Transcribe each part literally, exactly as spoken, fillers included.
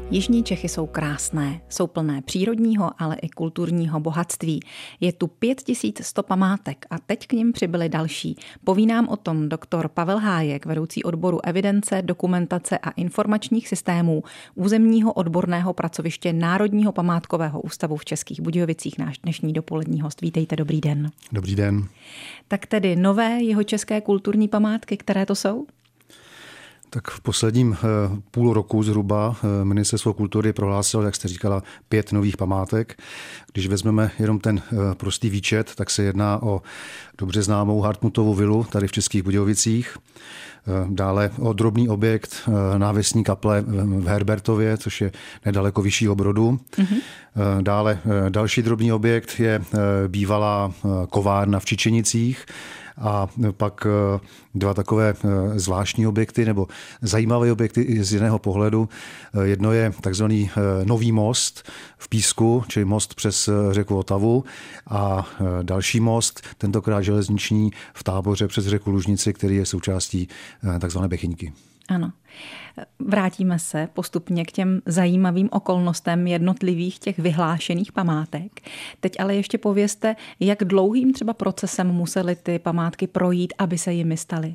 Jižní Čechy jsou krásné, jsou plné přírodního, ale i kulturního bohatství. Je tu pět tisíc sto památek a teď k nim přibyly další. Poví nám o tom doktor Pavel Hájek, vedoucí odboru evidence, dokumentace a informačních systémů územního odborného pracoviště Národního památkového ústavu v Českých Budějovicích, náš dnešní dopolední host. Vítejte, dobrý den. Dobrý den. Tak tedy nové jihočeské kulturní památky, které to jsou? Tak v posledním půl roku zhruba Ministerstvo kultury prohlásilo, jak jste říkala, pět nových památek. Když vezmeme jenom ten prostý výčet, tak se jedná o dobře známou Hartmutovu vilu tady v Českých Budějovicích. Dále o drobný objekt Návesní kaple v Herbertově, což je nedaleko Vyššího Brodu. Mm-hmm. Dále další drobný objekt je bývalá kovárna v Čičenicích. A pak dva takové zvláštní objekty nebo zajímavé objekty z jiného pohledu. Jedno je takzvaný Nový most v Písku, čili most přes řeku Otavu, a další most, tentokrát železniční v Táboře přes řeku Lužnici, který je součástí takzvané Bechyňky. Ano. Vrátíme se postupně k těm zajímavým okolnostem jednotlivých těch vyhlášených památek. Teď ale ještě povězte, jak dlouhým třeba procesem musely ty památky projít, aby se jimi staly.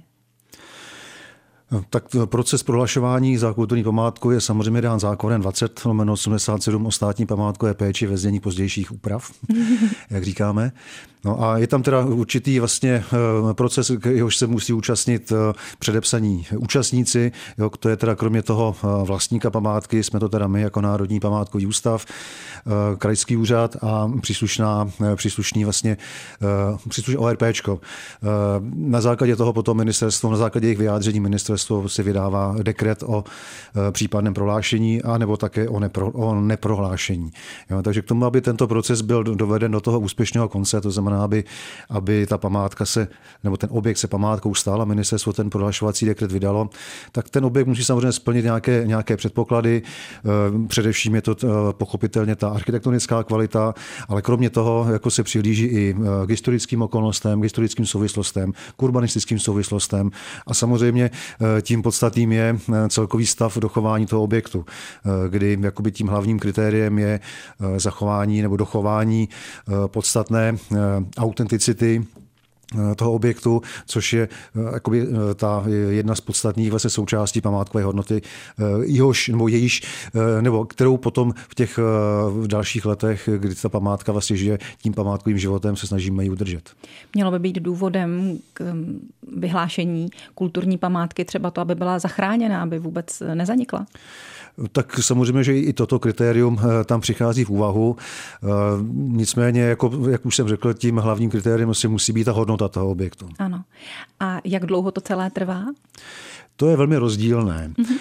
Tak proces prohlašování za kulturní památku je samozřejmě dán zákonem dvacet lomeno osmdesát sedm o státní památkové péči ve znění pozdějších úprav, jak říkáme. No a je tam teda určitý vlastně proces, jehož se musí účastnit předepsaní účastníci. Jo, to je teda kromě toho vlastníka památky, jsme to teda my jako Národní památkový ústav, krajský úřad a příslušná, příslušný vlastně příslušný ORPčko. Na základě toho potom ministerstvo, na základě jejich vyjádření ministerstvo si vydává dekret o případném prohlášení a nebo také o, nepro, o neprohlášení. Jo, takže k tomu, aby tento proces byl doveden do toho úspěšného konce, to znamená, Aby, aby ta památka se, nebo ten objekt se památkou stal a ministerstvo ten prohlašovací dekret vydalo, tak ten objekt musí samozřejmě splnit nějaké, nějaké předpoklady. Především je to pochopitelně ta architektonická kvalita, ale kromě toho jako se přihlíží i k historickým okolnostem, k historickým souvislostem, k urbanistickým souvislostem a samozřejmě tím podstatným je celkový stav dochování toho objektu, kdy jakoby tím hlavním kritériem je zachování nebo dochování podstatné autenticity toho objektu, což je jakoby ta jedna z podstatných vlastně součástí památkové hodnoty, jehož, nebo jejíž, nebo kterou potom v těch dalších letech, kdy ta památka vlastně žije tím památkovým životem, se snažíme ji udržet. Mělo by být důvodem k vyhlášení kulturní památky třeba to, aby byla zachráněna, aby vůbec nezanikla? Tak samozřejmě, že i toto kritérium tam přichází v úvahu. Nicméně, jako, jak už jsem řekl, tím hlavním kritériem si musí být ta hodnota toho objektu. Ano. A jak dlouho to celé trvá? To je velmi rozdílné. Mm-hmm.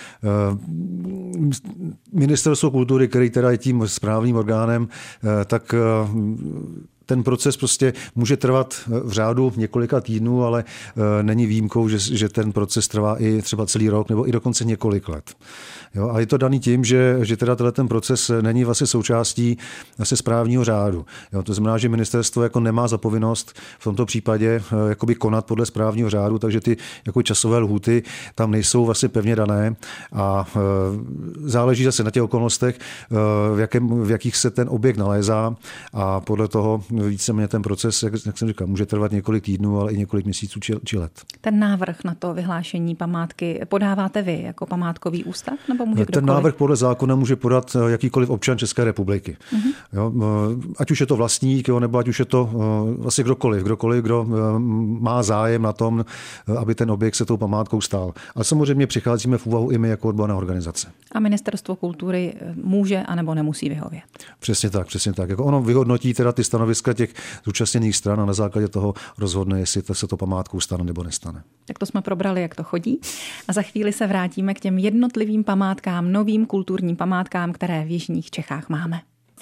Ministerstvo kultury, který teda je tím správným orgánem, tak ten proces prostě může trvat v řádu několika týdnů, ale není výjimkou, že, že ten proces trvá i třeba celý rok nebo i dokonce několik let. Jo, a je to daný tím, že, že teda ten proces není vlastně součástí vlastně správního řádu. Jo, to znamená, že ministerstvo jako nemá za povinnost v tomto případě jakoby konat podle správního řádu, takže ty jako časové lhůty tam nejsou vlastně pevně dané a e, záleží zase na těch okolnostech, e, v, jakém, v jakých se ten objekt nalézá a podle toho víceméně ten proces, jak, jak jsem říkal, může trvat několik týdnů, ale i několik měsíců či, či let. Ten návrh na to vyhlášení památky podáváte vy jako památkový ústav? Nebo může ten kdokoliv? Návrh podle zákona může podat jakýkoliv občan České republiky. Uh-huh. Jo, ať už je to vlastník, jo, nebo ať už je to vlastně kdokoliv, kdokoliv, kdo má zájem na tom, aby ten objekt se tou památkou stal. Ale samozřejmě přicházíme v úvahu i my jako odborná organizace. A Ministerstvo kultury může anebo nemusí vyhovět. Přesně tak, přesně tak. Jako ono vyhodnotí teda ty stanoviska těch zúčastněných stran a na základě toho rozhodne, jestli to se to památkou stane nebo nestane. Tak to jsme probrali, jak to chodí. A za chvíli se vrátíme k těm jednotlivým památkám, novým kulturním památkám, které v jižních Čechách máme.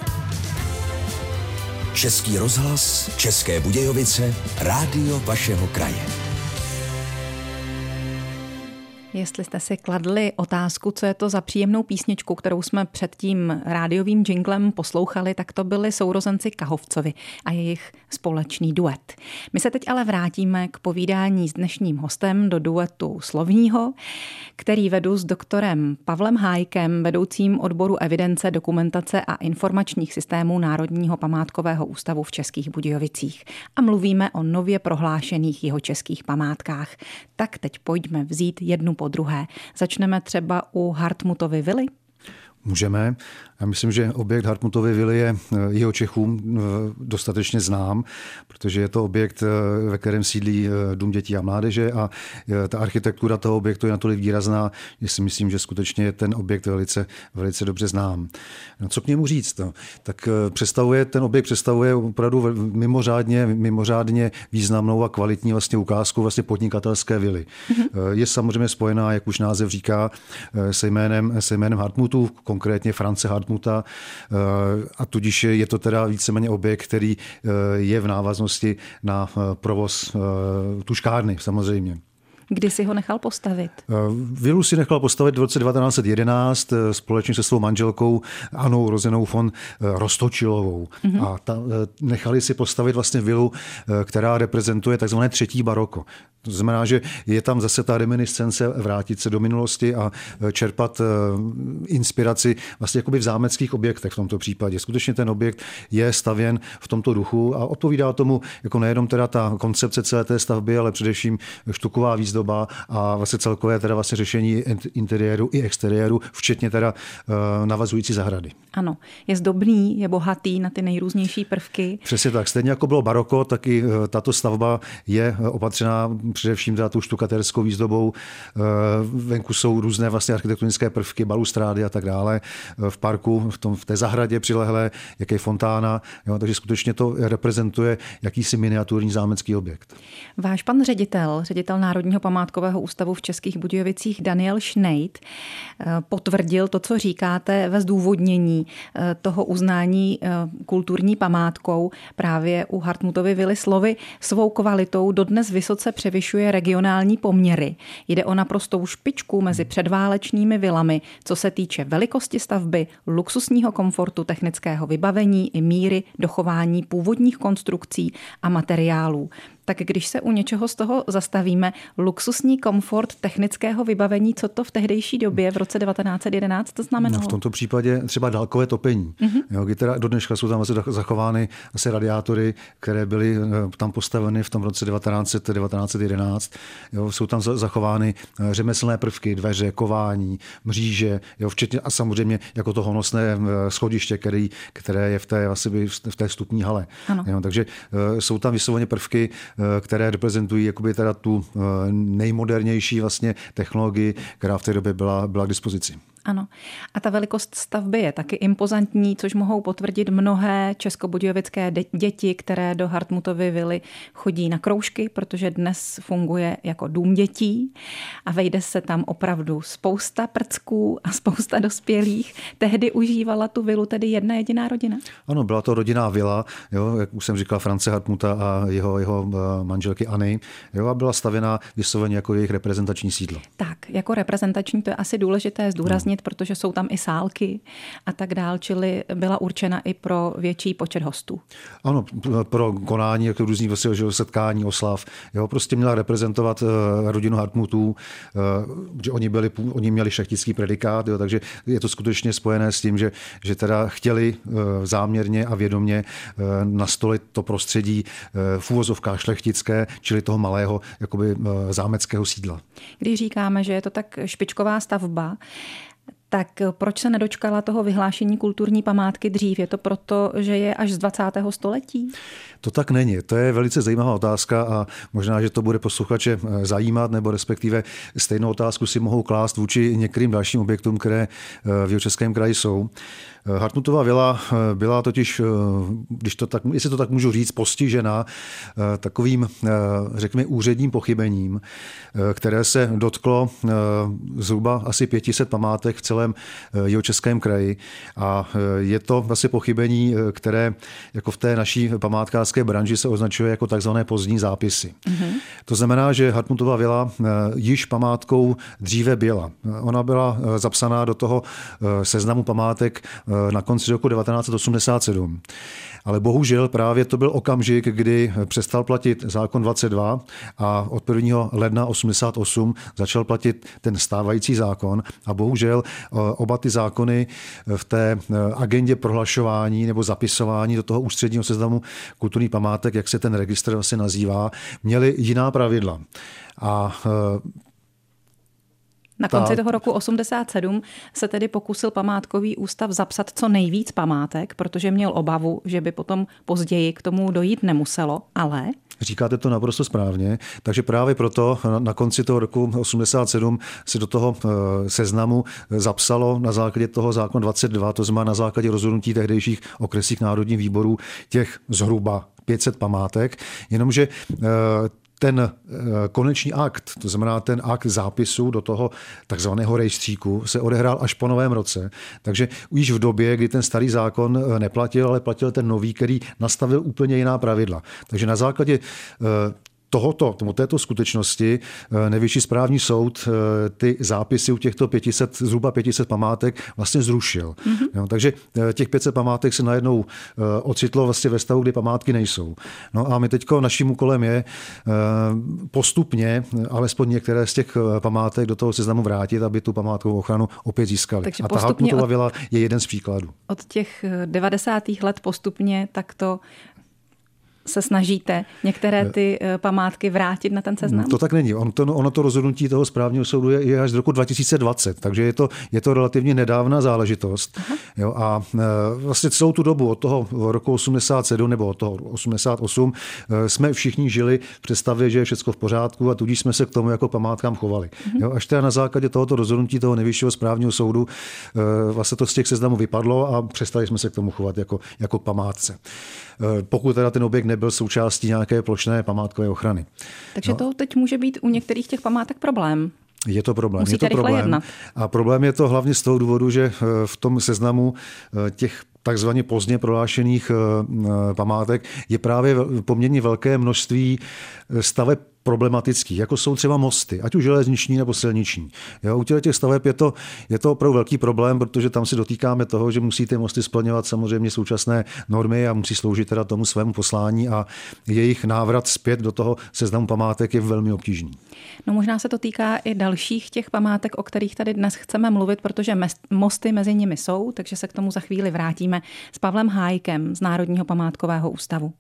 Český rozhlas, České Budějovice, rádio vašeho kraje. Jestli jste si kladli otázku, co je to za příjemnou písničku, kterou jsme před tím rádiovým jinglem poslouchali, tak to byli sourozenci Kahovcovi a jejich společný duet. My se teď ale vrátíme k povídání s dnešním hostem do duetu slovního, který vedu s doktorem Pavlem Hájkem, vedoucím odboru evidence, dokumentace a informačních systémů Národního památkového ústavu v Českých Budějovicích. A mluvíme o nově prohlášených jihočeských památkách. Tak teď pojďme vzít jednu po druhé. Začneme třeba u Hartmutovy vily. Můžeme. Já myslím, že objekt Hartmutovy vily je Jihočechům dostatečně znám, protože je to objekt, ve kterém sídlí Dům dětí a mládeže a ta architektura toho objektu je natolik výrazná, že si myslím, že skutečně ten objekt velice, velice dobře znám. No, co k němu říct? No? Tak představuje, ten objekt představuje opravdu mimořádně, mimořádně významnou a kvalitní vlastně ukázku vlastně podnikatelské vily. Mm-hmm. Je samozřejmě spojená, jak už název říká, se jménem, se jménem Hartmutů, konkrétně France Hartmuta, a tudíž je to teda víceméně objekt, který je v návaznosti na provoz tužkárny samozřejmě. Kdy si ho nechal postavit? Vilu si nechal postavit v roce devatenáct set jedenáct společně se svou manželkou Anou Rozenou von Roztočilovou. Mm-hmm. A ta, nechali si postavit vlastně vilu, která reprezentuje takzvané třetí baroko. To znamená, že je tam zase ta reminiscence vrátit se do minulosti a čerpat inspiraci vlastně jakoby v zámeckých objektech v tomto případě. Skutečně ten objekt je stavěn v tomto duchu a odpovídá tomu jako nejenom teda ta koncepce celé té stavby, ale především štuková výzdoba a vlastně celkové teda vlastně řešení interiéru i exteriéru, včetně teda navazující zahrady. Ano, je zdobný, je bohatý na ty nejrůznější prvky. Přesně tak. Stejně jako bylo baroko, tak i tato stavba je opatřená především teda tou štukatérskou výzdobou. Venku jsou různé vlastně architektonické prvky, balustrády a tak dále. V parku, v, tom, v té zahradě přilehlé, jak je fontána. Jo, takže skutečně to reprezentuje jakýsi miniaturní zámecký objekt. Váš pan ředitel, ředitel Národního památkového ústavu v Českých Budějovicích Daniel Schneid potvrdil to, co říkáte ve zdůvodnění toho uznání kulturní památkou právě u Hartmutovy vily slovy. Svou kvalitou dodnes vysoce převyšuje regionální poměry. Jde o naprostou špičku mezi předválečnými vilami, co se týče velikosti stavby, luxusního komfortu, technického vybavení i míry dochování původních konstrukcí a materiálů. Tak když se u něčeho z toho zastavíme, luxusní komfort technického vybavení, co to v tehdejší době v roce devatenáct set jedenáct to znamenalo? No, v tomto případě třeba dálkové topení. Mm-hmm. Jo, kdy teda do dneška jsou tam asi zachovány asi radiátory, které byly tam postaveny v tom roce devatenáct set jedenáct. Jo, jsou tam zachovány řemeslné prvky, dveře, kování, mříže, jo, včetně a samozřejmě jako to honosné schodiště, který, které je v té, asi v té vstupní hale. Jo, takže jsou tam vysloveně prvky, které reprezentují jakoby teda tu nejmodernější vlastně technologii, která v té době byla, byla k dispozici. Ano. A ta velikost stavby je taky impozantní, což mohou potvrdit mnohé českobudějovické děti, které do Hartmutovy vily chodí na kroužky, protože dnes funguje jako dům dětí a vejde se tam opravdu spousta prcků a spousta dospělých. Tehdy užívala tu vilu tedy jedna jediná rodina? Ano, byla to rodinná vila, jo, jak už jsem říkal, France Hartmuta a jeho, jeho manželky Anny, jo, a byla stavěná vysloveně jako jejich reprezentační sídlo. Tak, jako reprezentační to je asi důležité zdůraznit, protože jsou tam i sálky a tak dál, čili byla určena i pro větší počet hostů. Ano, pro konání jako různých vlastně setkání, oslav. Jo, prostě měla reprezentovat rodinu Hartmutů, že oni, byli, oni měli šlechtický predikát, jo, takže je to skutečně spojené s tím, že, že teda chtěli záměrně a vědomě nastolit to prostředí v úvozovkách šlechtické, čili toho malého jakoby zámeckého sídla. Když říkáme, že je to tak špičková stavba, tak proč se nedočkala toho vyhlášení kulturní památky dřív? Je to proto, že je až z dvacátého století? To tak není. To je velice zajímavá otázka a možná, že to bude posluchače zajímat, nebo respektive stejnou otázku si mohou klást vůči některým dalším objektům, které v Jihočeském kraji jsou. Hartmutova vila byla totiž, když to tak, jestli to tak můžu říct, postižena takovým, řekněme, úředním pochybením, které se dotklo zhruba asi pět set památek v celé celém Jihočeském kraji. A je to vlastně pochybení, které jako v té naší památkářské branži se označuje jako takzvané pozdní zápisy. Mm-hmm. To znamená, že Hartmutova vila již památkou dříve byla. Ona byla zapsaná do toho seznamu památek na konci roku devatenáct set osmdesát sedm. Ale bohužel právě to byl okamžik, kdy přestal platit zákon dvacet dva a od prvního ledna osmdesát osm začal platit ten stávající zákon a bohužel oba ty zákony v té agendě prohlašování nebo zapisování do toho ústředního seznamu kulturních památek, jak se ten registr vlastně nazývá, měly jiná pravidla. A na konci toho roku osmdesát sedm se tedy pokusil památkový ústav zapsat co nejvíc památek, protože měl obavu, že by potom později k tomu dojít nemuselo, ale... Říkáte to naprosto správně, takže právě proto na konci toho roku osmdesát sedm se do toho seznamu zapsalo na základě toho zákona dvacet dva, to znamená na základě rozhodnutí tehdejších okresních národních výborů těch zhruba pět set památek, jenomže ten konečný akt, to znamená ten akt zápisu do toho takzvaného rejstříku, se odehrál až po novém roce. Takže už v době, kdy ten starý zákon neplatil, ale platil ten nový, který nastavil úplně jiná pravidla. Takže na základě tohoto, tomu této skutečnosti Nejvyšší správní soud ty zápisy u těchto pět set, zhruba pět set památek vlastně zrušil. Mm-hmm. No, takže těch pět set památek se najednou ocitlo vlastně ve stavu, kdy památky nejsou. No a my teďko naším úkolem je postupně alespoň některé z těch památek do toho seznamu vrátit, aby tu památkovou ochranu opět získali. Takže a ta Hartmutova vila je jeden z příkladů. Od těch devadesátých let postupně takto se snažíte některé ty památky vrátit na ten seznam? To tak není. On to, ono to rozhodnutí toho správního soudu je, je až z roku dva tisíce dvacet, takže je to, je to relativně nedávná záležitost. Jo, a vlastně celou tu dobu od toho roku osmdesát sedm nebo od toho osmdesát osm jsme všichni žili v představě, že je všechno v pořádku a tudíž jsme se k tomu jako památkám chovali. Mm-hmm. Jo, až teda na základě tohoto rozhodnutí toho Nejvyššího správního soudu vlastně to z těch seznamů vypadlo a přestali jsme se k tomu chovat jako, jako památce. Pokud teda ten objekt nebyl součástí nějaké plošné památkové ochrany. Takže no. to teď může být u některých těch památek problém. Je to problém. Musíte je to problém. Jednat. A problém je to hlavně z toho důvodu, že v tom seznamu těch takzvaně pozdně prohlášených památek je právě poměrně velké množství staveb problematických, jako jsou třeba mosty, ať už železniční nebo silniční. Jo, u těch staveb je to, je to opravdu velký problém, protože tam si dotýkáme toho, že musí ty mosty splňovat samozřejmě současné normy a musí sloužit teda tomu svému poslání a jejich návrat zpět do toho seznamu památek je velmi obtížný. No možná se to týká i dalších těch památek, o kterých tady dnes chceme mluvit, protože mosty mezi nimi jsou, takže se k tomu za chvíli vrátíme s Pavlem Hájkem z Národního památkového ústavu.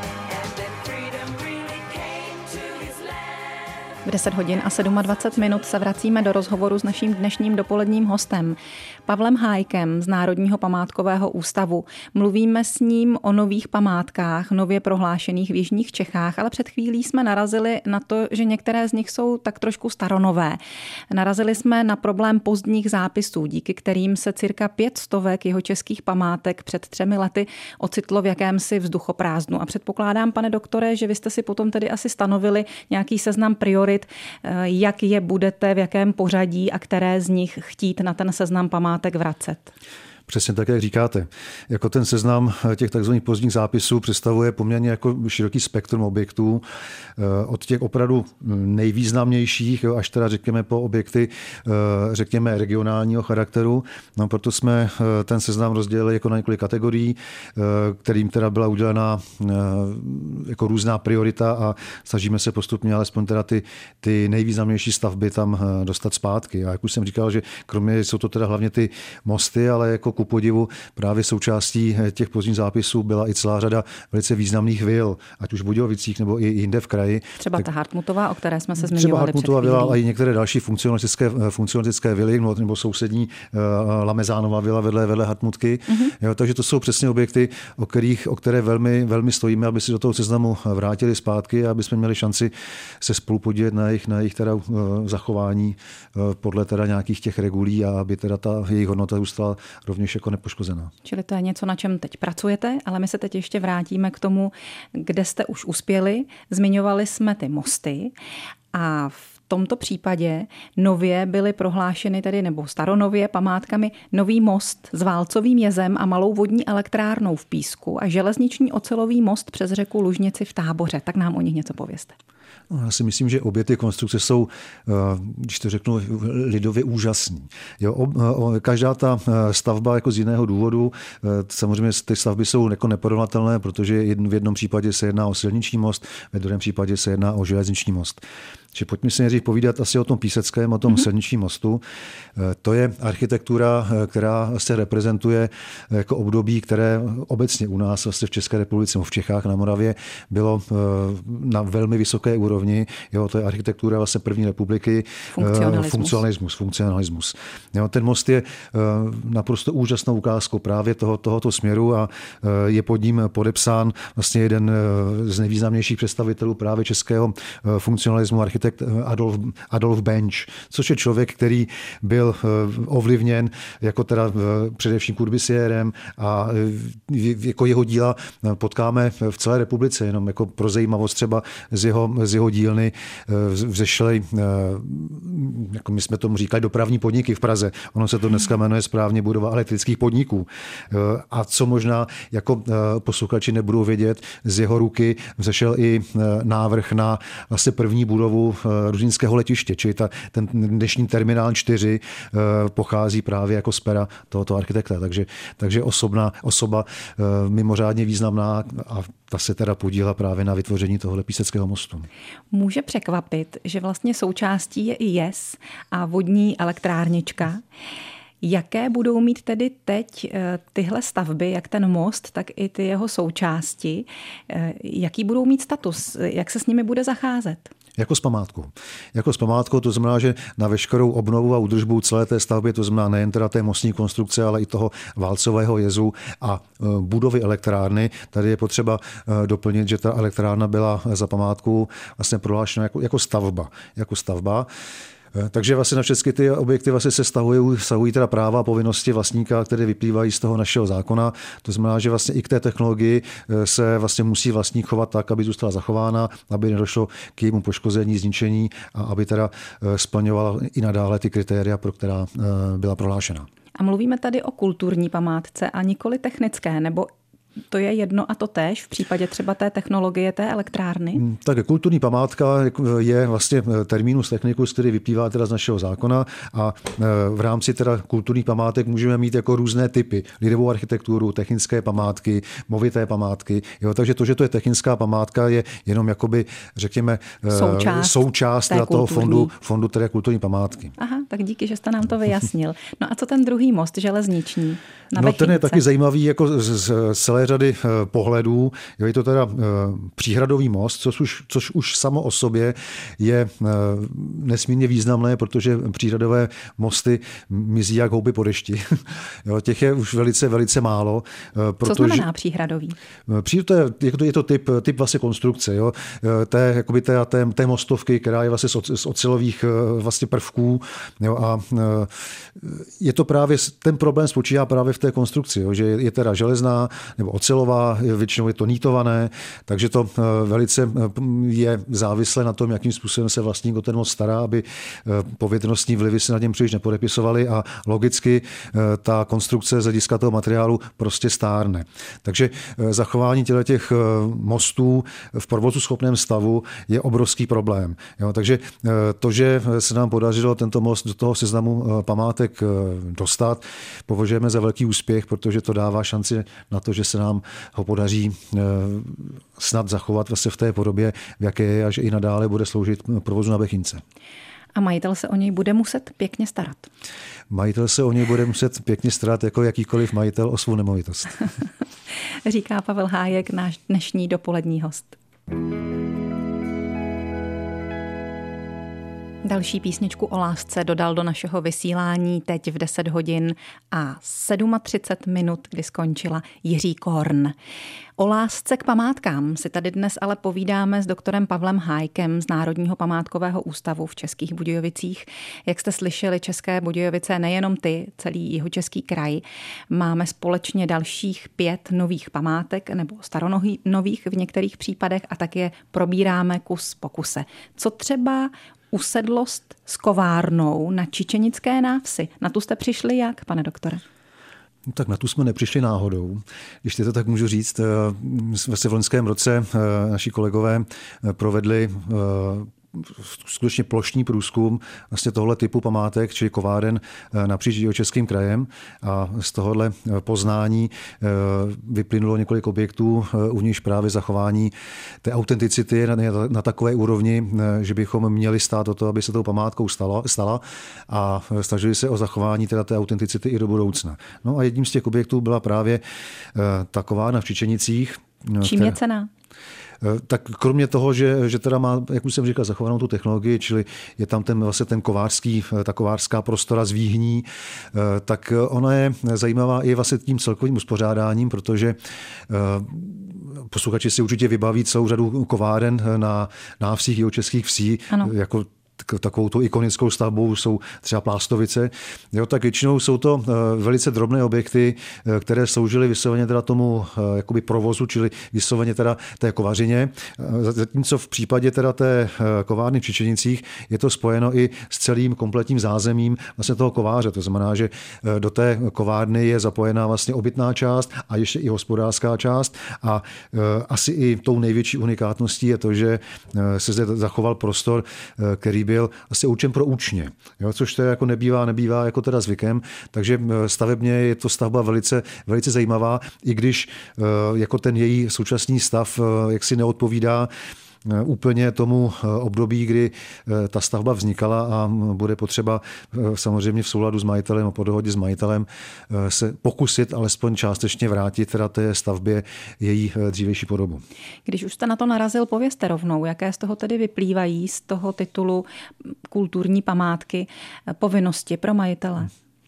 V deset hodin a dvacet sedm minut se vracíme do rozhovoru s naším dnešním dopoledním hostem, Pavlem Hájkem z Národního památkového ústavu. Mluvíme s ním o nových památkách, nově prohlášených v jižních Čechách, ale před chvílí jsme narazili na to, že některé z nich jsou tak trošku staronové. Narazili jsme na problém pozdních zápisů, díky kterým se cirka pět stovek jihočeských památek před třemi lety ocitlo v jakémsi vzduchoprázdnu. A předpokládám, pane doktore, že vy jste si potom tedy asi stanovili nějaký seznam priorit, jak je budete, v jakém pořadí a které z nich chtít na ten seznam památek vracet. Přesně tak, jak říkáte. Jako ten seznam těch takzvaných pozdních zápisů představuje poměrně jako široký spektrum objektů. Od těch opravdu nejvýznamnějších, až teda řekněme po objekty, řekněme regionálního charakteru. No, proto jsme ten seznam rozdělili jako na několik kategorií, kterým teda byla udělena jako různá priorita a snažíme se postupně alespoň teda ty, ty nejvýznamnější stavby tam dostat zpátky. A jak už jsem říkal, že kromě jsou to teda hlavně ty mosty, ale jako ku podivu právě součástí těch pozdních zápisů byla i celá řada velice významných vil, ať už v Budějovicích nebo i jinde v kraji. Třeba tak, ta Hartmutová, o které jsme se zmiňovali. Třeba Hartmutova vila a i některé další funkcionalistické, funkcionalistické vily, nebo sousední uh, Lamezánova vila vedle, vedle Hartmutky. Mm-hmm. Jo, takže to jsou přesně objekty, o, kterých, o které velmi, velmi stojíme, aby si do toho seznamu vrátili zpátky a aby jsme měli šanci se spolupodílet na jejich, na jejich teda, uh, zachování uh, podle teda nějakých těch regulí a aby teda ta jejich hodnota zůstala rovněž jako nepoškozená. Čili to je něco, na čem teď pracujete, ale my se teď ještě vrátíme k tomu, kde jste už uspěli. Zmiňovali jsme ty mosty a v tomto případě nově byly prohlášeny tedy, nebo staronově památkami nový most s válcovým jezem a malou vodní elektrárnou v Písku a železniční ocelový most přes řeku Lužnici v Táboře. Tak nám o nich něco povězte. No, já si myslím, že obě ty konstrukce jsou, když to řeknu, lidově úžasný. Jo, každá ta stavba jako z jiného důvodu, samozřejmě ty stavby jsou jako neporovnatelné, protože v jednom případě se jedná o silniční most, ve druhém případě se jedná o železniční most. Čiže pojďme si nejdřív povídat asi o tom Píseckém, o tom mm-hmm. silničním mostu. To je architektura, která se reprezentuje jako období, které obecně u nás vlastně v České republice, v Čechách, na Moravě bylo na velmi vysoké úrovni. Jo, to je architektura vlastně první republiky. Funkcionalismus. Funkcionalismus. funkcionalismus. Jo, ten most je naprosto úžasnou ukázkou právě toho, tohoto směru a je pod ním podepsán vlastně jeden z nejvýznamnějších představitelů právě českého funkcionalismu, architekt Adolf, Adolf Benč, což je člověk, který byl ovlivněn jako teda především Corbusierem a jako jeho díla potkáme v celé republice, jenom jako pro zajímavost třeba z jeho, z jeho dílny vzešly, jako my jsme tomu říkali, dopravní podniky v Praze. Ono se to dneska jmenuje správně budova elektrických podniků. A co možná jako posluchači nebudou vědět, z jeho ruky vzešel i návrh na vlastně první budovu Ružinského letiště, čili ta, ten dnešní terminál čtyři pochází právě jako z pera tohoto architekta. Takže, takže osobná, osoba mimořádně významná a ta se teda podílela právě na vytvoření tohoto Píseckého mostu. Může překvapit, že vlastně součástí je i jez a vodní elektrárnička. Jaké budou mít tedy teď tyhle stavby, jak ten most, tak i ty jeho součásti, jaký budou mít status, jak se s nimi bude zacházet? Jako s památkou. Jako s památkou, to znamená, že na veškerou obnovu a údržbu celé té stavby, to znamená nejen teda té mostní konstrukce, ale i toho válcového jezu a budovy elektrárny. Tady je potřeba doplnit, že ta elektrárna byla za památku vlastně prohlášena jako, jako stavba. Jako stavba. Takže vlastně na všechny ty objekty vlastně se stahují, stahují teda práva a povinnosti vlastníka, které vyplývají z toho našeho zákona. To znamená, že vlastně i k té technologii se vlastně musí vlastník chovat tak, aby zůstala zachována, aby nedošlo k jejímu poškození, zničení a aby teda splňovala i nadále ty kritéria, pro která byla prohlášena. A mluvíme tady o kulturní památce a nikoli technické, nebo to je jedno a to též v případě třeba té technologie, té elektrárny? Tak kulturní památka je vlastně terminus technicus, který vyplývá teda z našeho zákona a v rámci teda kulturních památek můžeme mít jako různé typy. Lidovou architekturu, technické památky, movité památky. Jo, takže to, že to je technická památka, je jenom jakoby, řekněme, součást, součást toho fondu, fondu teda kulturní památky. Aha, tak díky, že jste nám to vyjasnil. No a co ten druhý most, železniční? Na no ten je taky zajímavý jako z, z celé řady pohledů. Je to teda příhradový most, což už, což už samo o sobě je nesmírně významné, protože příhradové mosty mizí jak houby po dešti. Jo, těch je už velice, velice málo. Protože... Co znamená příhradový? Příhrad, je to, je to typ, typ vlastně konstrukce. Jo. Té, jakoby té, té, té mostovky, která je vlastně z ocelových vlastně prvků. Jo, a je to právě, ten problém spočívá právě v té konstrukci, jo, že je teda železná nebo ocelová, většinou je to nítované, takže to velice je závislé na tom, jakým způsobem se vlastník o ten most stará, aby povětrnostní vlivy se na něm příliš nepodepisovaly a logicky ta konstrukce z hlediska toho materiálu prostě stárne. Takže zachování těch mostů v provozu schopném stavu je obrovský problém. Jo, takže to, že se nám podařilo tento most do toho seznamu památek dostat, považujeme za velký úspěch, protože to dává šanci na to, že se nám ho podaří snad zachovat vlastně v té podobě, v jaké je a že i nadále bude sloužit provozu na Bechyňce. A majitel se o něj bude muset pěkně starat. Majitel se o něj bude muset pěkně starat jako jakýkoliv majitel o svou nemovitost. Říká Pavel Hájek, náš dnešní dopolední host. Další písničku o lásce dodal do našeho vysílání teď v deset hodin a třicet sedm minut, kdy skončila Jiří Korn. O lásce k památkám si tady dnes ale povídáme s doktorem Pavlem Hájkem z Národního památkového ústavu v Českých Budějovicích. Jak jste slyšeli, České Budějovice, nejenom ty, celý Jihočeský kraj, máme společně dalších pět nových památek nebo staronových v některých případech a tak je probíráme kus po kuse. Co třeba usedlost s kovárnou na Čičenické návsi. Na tu jste přišli jak, pane doktore? No, tak na tu jsme nepřišli náhodou. Když to tak můžu říct, vlastně v loňském roce naši kolegové provedli skutečně plošný průzkum vlastně tohle typu památek, čili kováren napříč Jihočeským krajem, a z tohohle poznání vyplynulo několik objektů, u nichž právě zachování té autenticity na, na takové úrovni, že bychom měli stát o to, aby se tou památkou stala, stala a snažili se o zachování teda té autenticity i do budoucna. No a jedním z těch objektů byla právě ta kovárna v Čičenicích. Čím která... je cenná? Tak kromě toho, že, že teda má, jak už jsem říkal, zachovanou tu technologii, čili je tam ten, vlastně ten kovářský, ta kovářská prostora z Víhní, tak ona je zajímavá i vlastně tím celkovým uspořádáním, protože posluchači si určitě vybaví celou řadu kováren na návsích jihočeských vsí, ano. Jako takovou tu ikonickou stavbou jsou třeba Plástovice. Jo, tak většinou jsou to velice drobné objekty, které sloužily vysloveně teda tomu jakoby provozu, čili vysloveně teda té kovařině. Zatímco v případě teda té kovárny v Čičenicích je to spojeno i s celým kompletním zázemím vlastně toho kováře. To znamená, že do té kovárny je zapojená vlastně obytná část a ještě i hospodářská část. A asi i tou největší unikátností je to, že se zde zachoval prostor, který byl asi určen pro učně, jo, což to jako nebývá, nebývá jako teda zvykem, takže stavebně je to stavba velice, velice zajímavá, i když jako ten její současný stav jaksi neodpovídá úplně tomu období, kdy ta stavba vznikala, a bude potřeba samozřejmě v souladu s majitelem a po dohodě s majitelem se pokusit alespoň částečně vrátit teda té stavbě její dřívější podobu. Když už jste na to narazil, povězte rovnou, jaké z toho tedy vyplývají z toho titulu kulturní památky povinnosti pro majitele?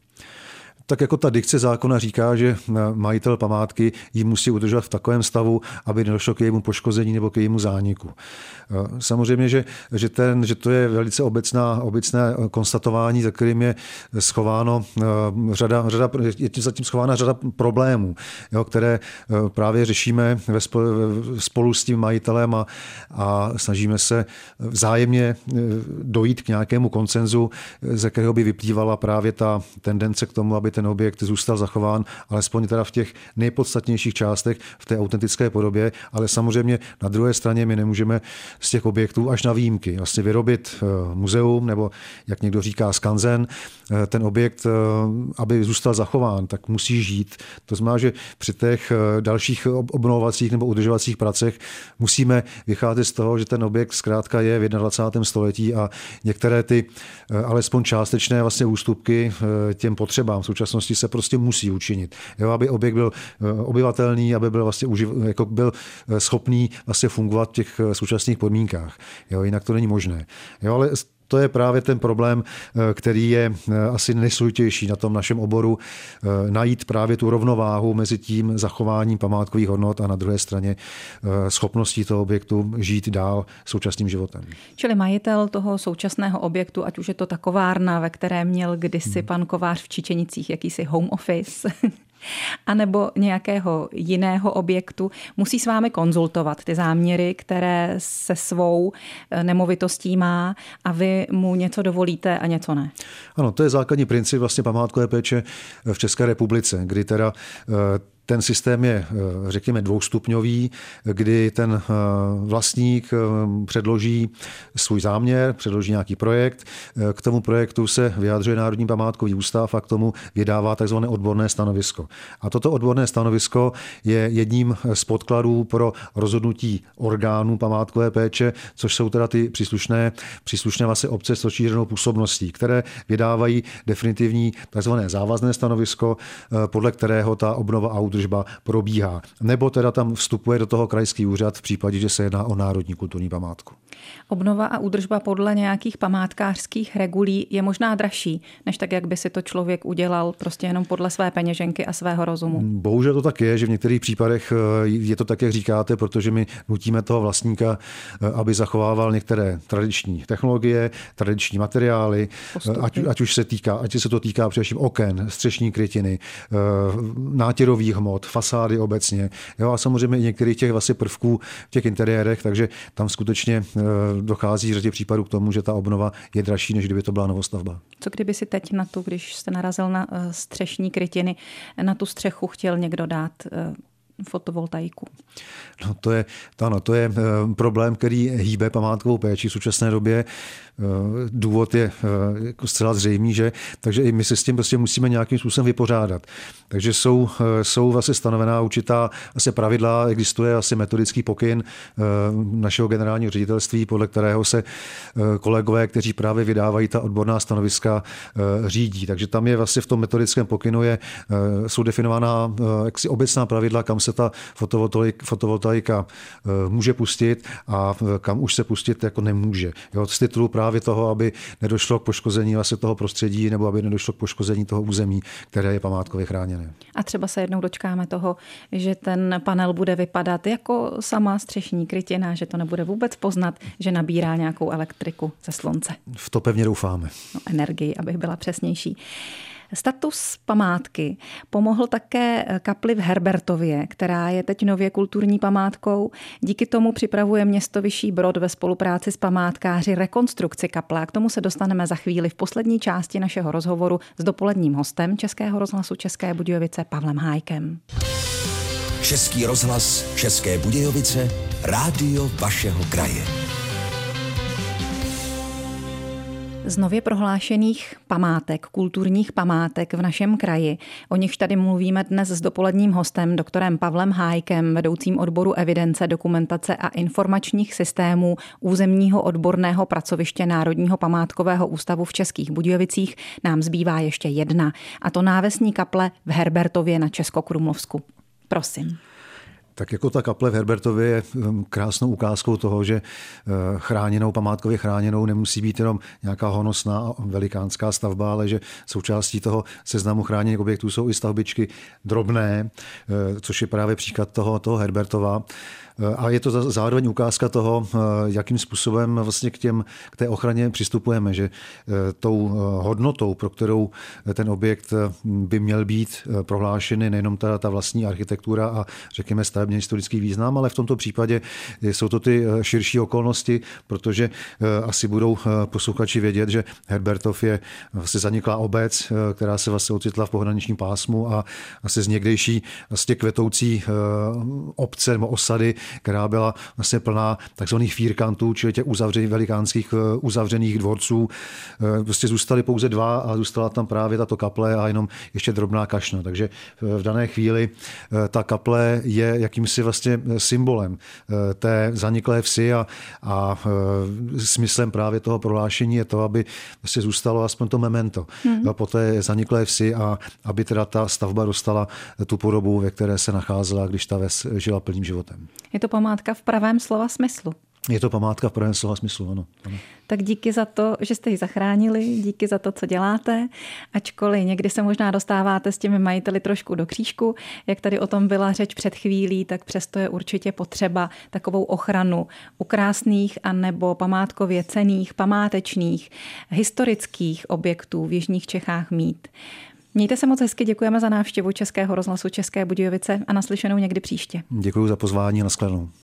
Tak jako ta dikce zákona říká, že majitel památky ji musí udržovat v takovém stavu, aby nedošlo k jejímu poškození nebo k jejímu zániku. Samozřejmě, že, že, ten, že to je velice obecná, obecné konstatování, za kterým je schováno řada, řada, je zatím schována řada problémů, jo, které právě řešíme ve spolu, spolu s tím majitelem a, a snažíme se vzájemně dojít k nějakému konsenzu, ze kterého by vyplývala právě ta tendence k tomu, aby ten objekt zůstal zachován, alespoň teda v těch nejpodstatnějších částech v té autentické podobě, ale samozřejmě na druhé straně my nemůžeme z těch objektů až na výjimky vlastně vyrobit muzeum, nebo jak někdo říká skanzen. Ten objekt, aby zůstal zachován, tak musí žít. To znamená, že při těch dalších obnovovacích nebo udržovacích pracech musíme vycházet z toho, že ten objekt zkrátka je v dvacátém prvním století a některé ty alespoň částečné vlastně ústupky těm potřebám v současnosti se prostě musí učinit. Jo, aby objekt byl obyvatelný, aby byl vlastně uživ, jako byl schopný vlastně fungovat v těch současných podmínkách. Jo, jinak to není možné. Jo, ale to je právě ten problém, který je asi nejsložitější na tom našem oboru, najít právě tu rovnováhu mezi tím zachováním památkových hodnot a na druhé straně schopností toho objektu žít dál současným životem. Čili majitel toho současného objektu, ať už je to ta kovárna, ve které měl kdysi hmm. pan kovář v Čičenicích jakýsi home office, anebo nějakého jiného objektu, musí s vámi konzultovat ty záměry, které se svou nemovitostí má, a vy mu něco dovolíte a něco ne. Ano, to je základní princip vlastně památkové péče v České republice, kdy teda ten systém je, řekněme, dvoustupňový, kdy ten vlastník předloží svůj záměr, předloží nějaký projekt. K tomu projektu se vyjadřuje Národní památkový ústav a k tomu vydává takzvané odborné stanovisko. A toto odborné stanovisko je jedním z podkladů pro rozhodnutí orgánů památkové péče, což jsou teda ty příslušné, příslušné vlastně obce s rozšířenou působností, které vydávají definitivní takzvané závazné stanovisko, podle kterého ta obnova a údržba probíhá. Nebo teda tam vstupuje do toho krajský úřad v případě, že se jedná o národní kulturní památku. Obnova a údržba podle nějakých památkářských regulí je možná dražší, než tak, jak by si to člověk udělal prostě jenom podle své peněženky a svého rozumu. Bohužel to tak je, že v některých případech je to tak, jak říkáte, protože my nutíme toho vlastníka, aby zachovával některé tradiční technologie, tradiční materiály, ať, ať už se týká, ať se to týká především oken, střešní krytiny, nátěrových hmot, mod, fasády obecně. Jo, a samozřejmě i některých těch vlastně prvků v těch interiérech, takže tam skutečně dochází v řadě případů k tomu, že ta obnova je dražší, než kdyby to byla novostavba. Co kdyby si teď na tu, když jste narazil na střešní krytiny, na tu střechu chtěl někdo dát fotovoltaiku? No to je, ano, to je problém, který hýbe památkovou péči v současné době. Důvod je jako zcela zřejmý, že takže i my se s tím prostě musíme nějakým způsobem vypořádat. Takže jsou, jsou vlastně stanovená určitá asi pravidla, existuje asi metodický pokyn našeho generálního ředitelství, podle kterého se kolegové, kteří právě vydávají ta odborná stanoviska, řídí. Takže tam je vlastně v tom metodickém pokynu je, jsou definována jaksi obecná pravidla, kam se ta fotovoltaika, fotovoltaika může pustit a kam už se pustit jako nemůže. Jo, z titulu právě toho, aby nedošlo k poškození vlastně toho prostředí nebo aby nedošlo k poškození toho území, které je památkově chráněné. A třeba se jednou dočkáme toho, že ten panel bude vypadat jako sama střešní krytina, že to nebude vůbec poznat, že nabírá nějakou elektriku ze slunce. V to pevně doufáme. No, energii, abych byla přesnější. Status památky pomohl také kapli v Herbertově, která je teď nově kulturní památkou. Díky tomu připravuje město Vyšší Brod ve spolupráci s památkáři rekonstrukci kaple. A k tomu se dostaneme za chvíli v poslední části našeho rozhovoru s dopoledním hostem Českého rozhlasu České Budějovice Pavlem Hájkem. Český rozhlas České Budějovice, rádio vašeho kraje. Z nově prohlášených památek, kulturních památek v našem kraji, o nichž tady mluvíme dnes s dopoledním hostem, doktorem Pavlem Hájkem, vedoucím odboru evidence, dokumentace a informačních systémů územního odborného pracoviště Národního památkového ústavu v Českých Budějovicích, nám zbývá ještě jedna, a to návesní kaple v Herbertově na Českokrumlovsku. Prosím. Tak jako ta kaple v Herbertově je krásnou ukázkou toho, že chráněnou, památkově chráněnou nemusí být jenom nějaká honosná velikánská stavba, ale že součástí toho seznamu chráněných objektů jsou i stavbičky drobné, což je právě příklad toho, toho Herbertova. A je to zároveň ukázka toho, jakým způsobem vlastně k, těm, k té ochraně přistupujeme, že tou hodnotou, pro kterou ten objekt by měl být prohlášený, nejenom ta, ta vlastní architektura a řekněme stavebně historický význam, ale v tomto případě jsou to ty širší okolnosti, protože asi budou posluchači vědět, že Herbertov je vlastně zaniklá obec, která se vlastně ocitla v pohraničním pásmu a asi z někdejší vlastně kvetoucí obce nebo osady, která byla vlastně plná takzvaných fírkantů, čili těch uzavřených velikánských uzavřených dvorců. Prostě zůstaly pouze dva a zůstala tam právě tato kaple a jenom ještě drobná kašna. Takže v dané chvíli ta kaple je jakýmsi vlastně symbolem té zaniklé vsi a, a smyslem právě toho prohlášení je to, aby vlastně zůstalo aspoň to memento hmm. po té zaniklé vsi a aby teda ta stavba dostala tu podobu, ve které se nacházela, když ta ves žila plným životem. Je to památka v pravém slova smyslu. Je to památka v pravém slova smyslu, ano. ano. Tak díky za to, že jste ji zachránili, díky za to, co děláte, ačkoliv někdy se možná dostáváte s těmi majiteli trošku do křížku, jak tady o tom byla řeč před chvílí, tak přesto je určitě potřeba takovou ochranu u krásných anebo památkově cenných, památečných, historických objektů v jižních Čechách mít. Mějte se moc hezky, děkujeme za návštěvu Českého rozhlasu České Budějovice a naslyšenou někdy příště. Děkuji za pozvání a nashledanou.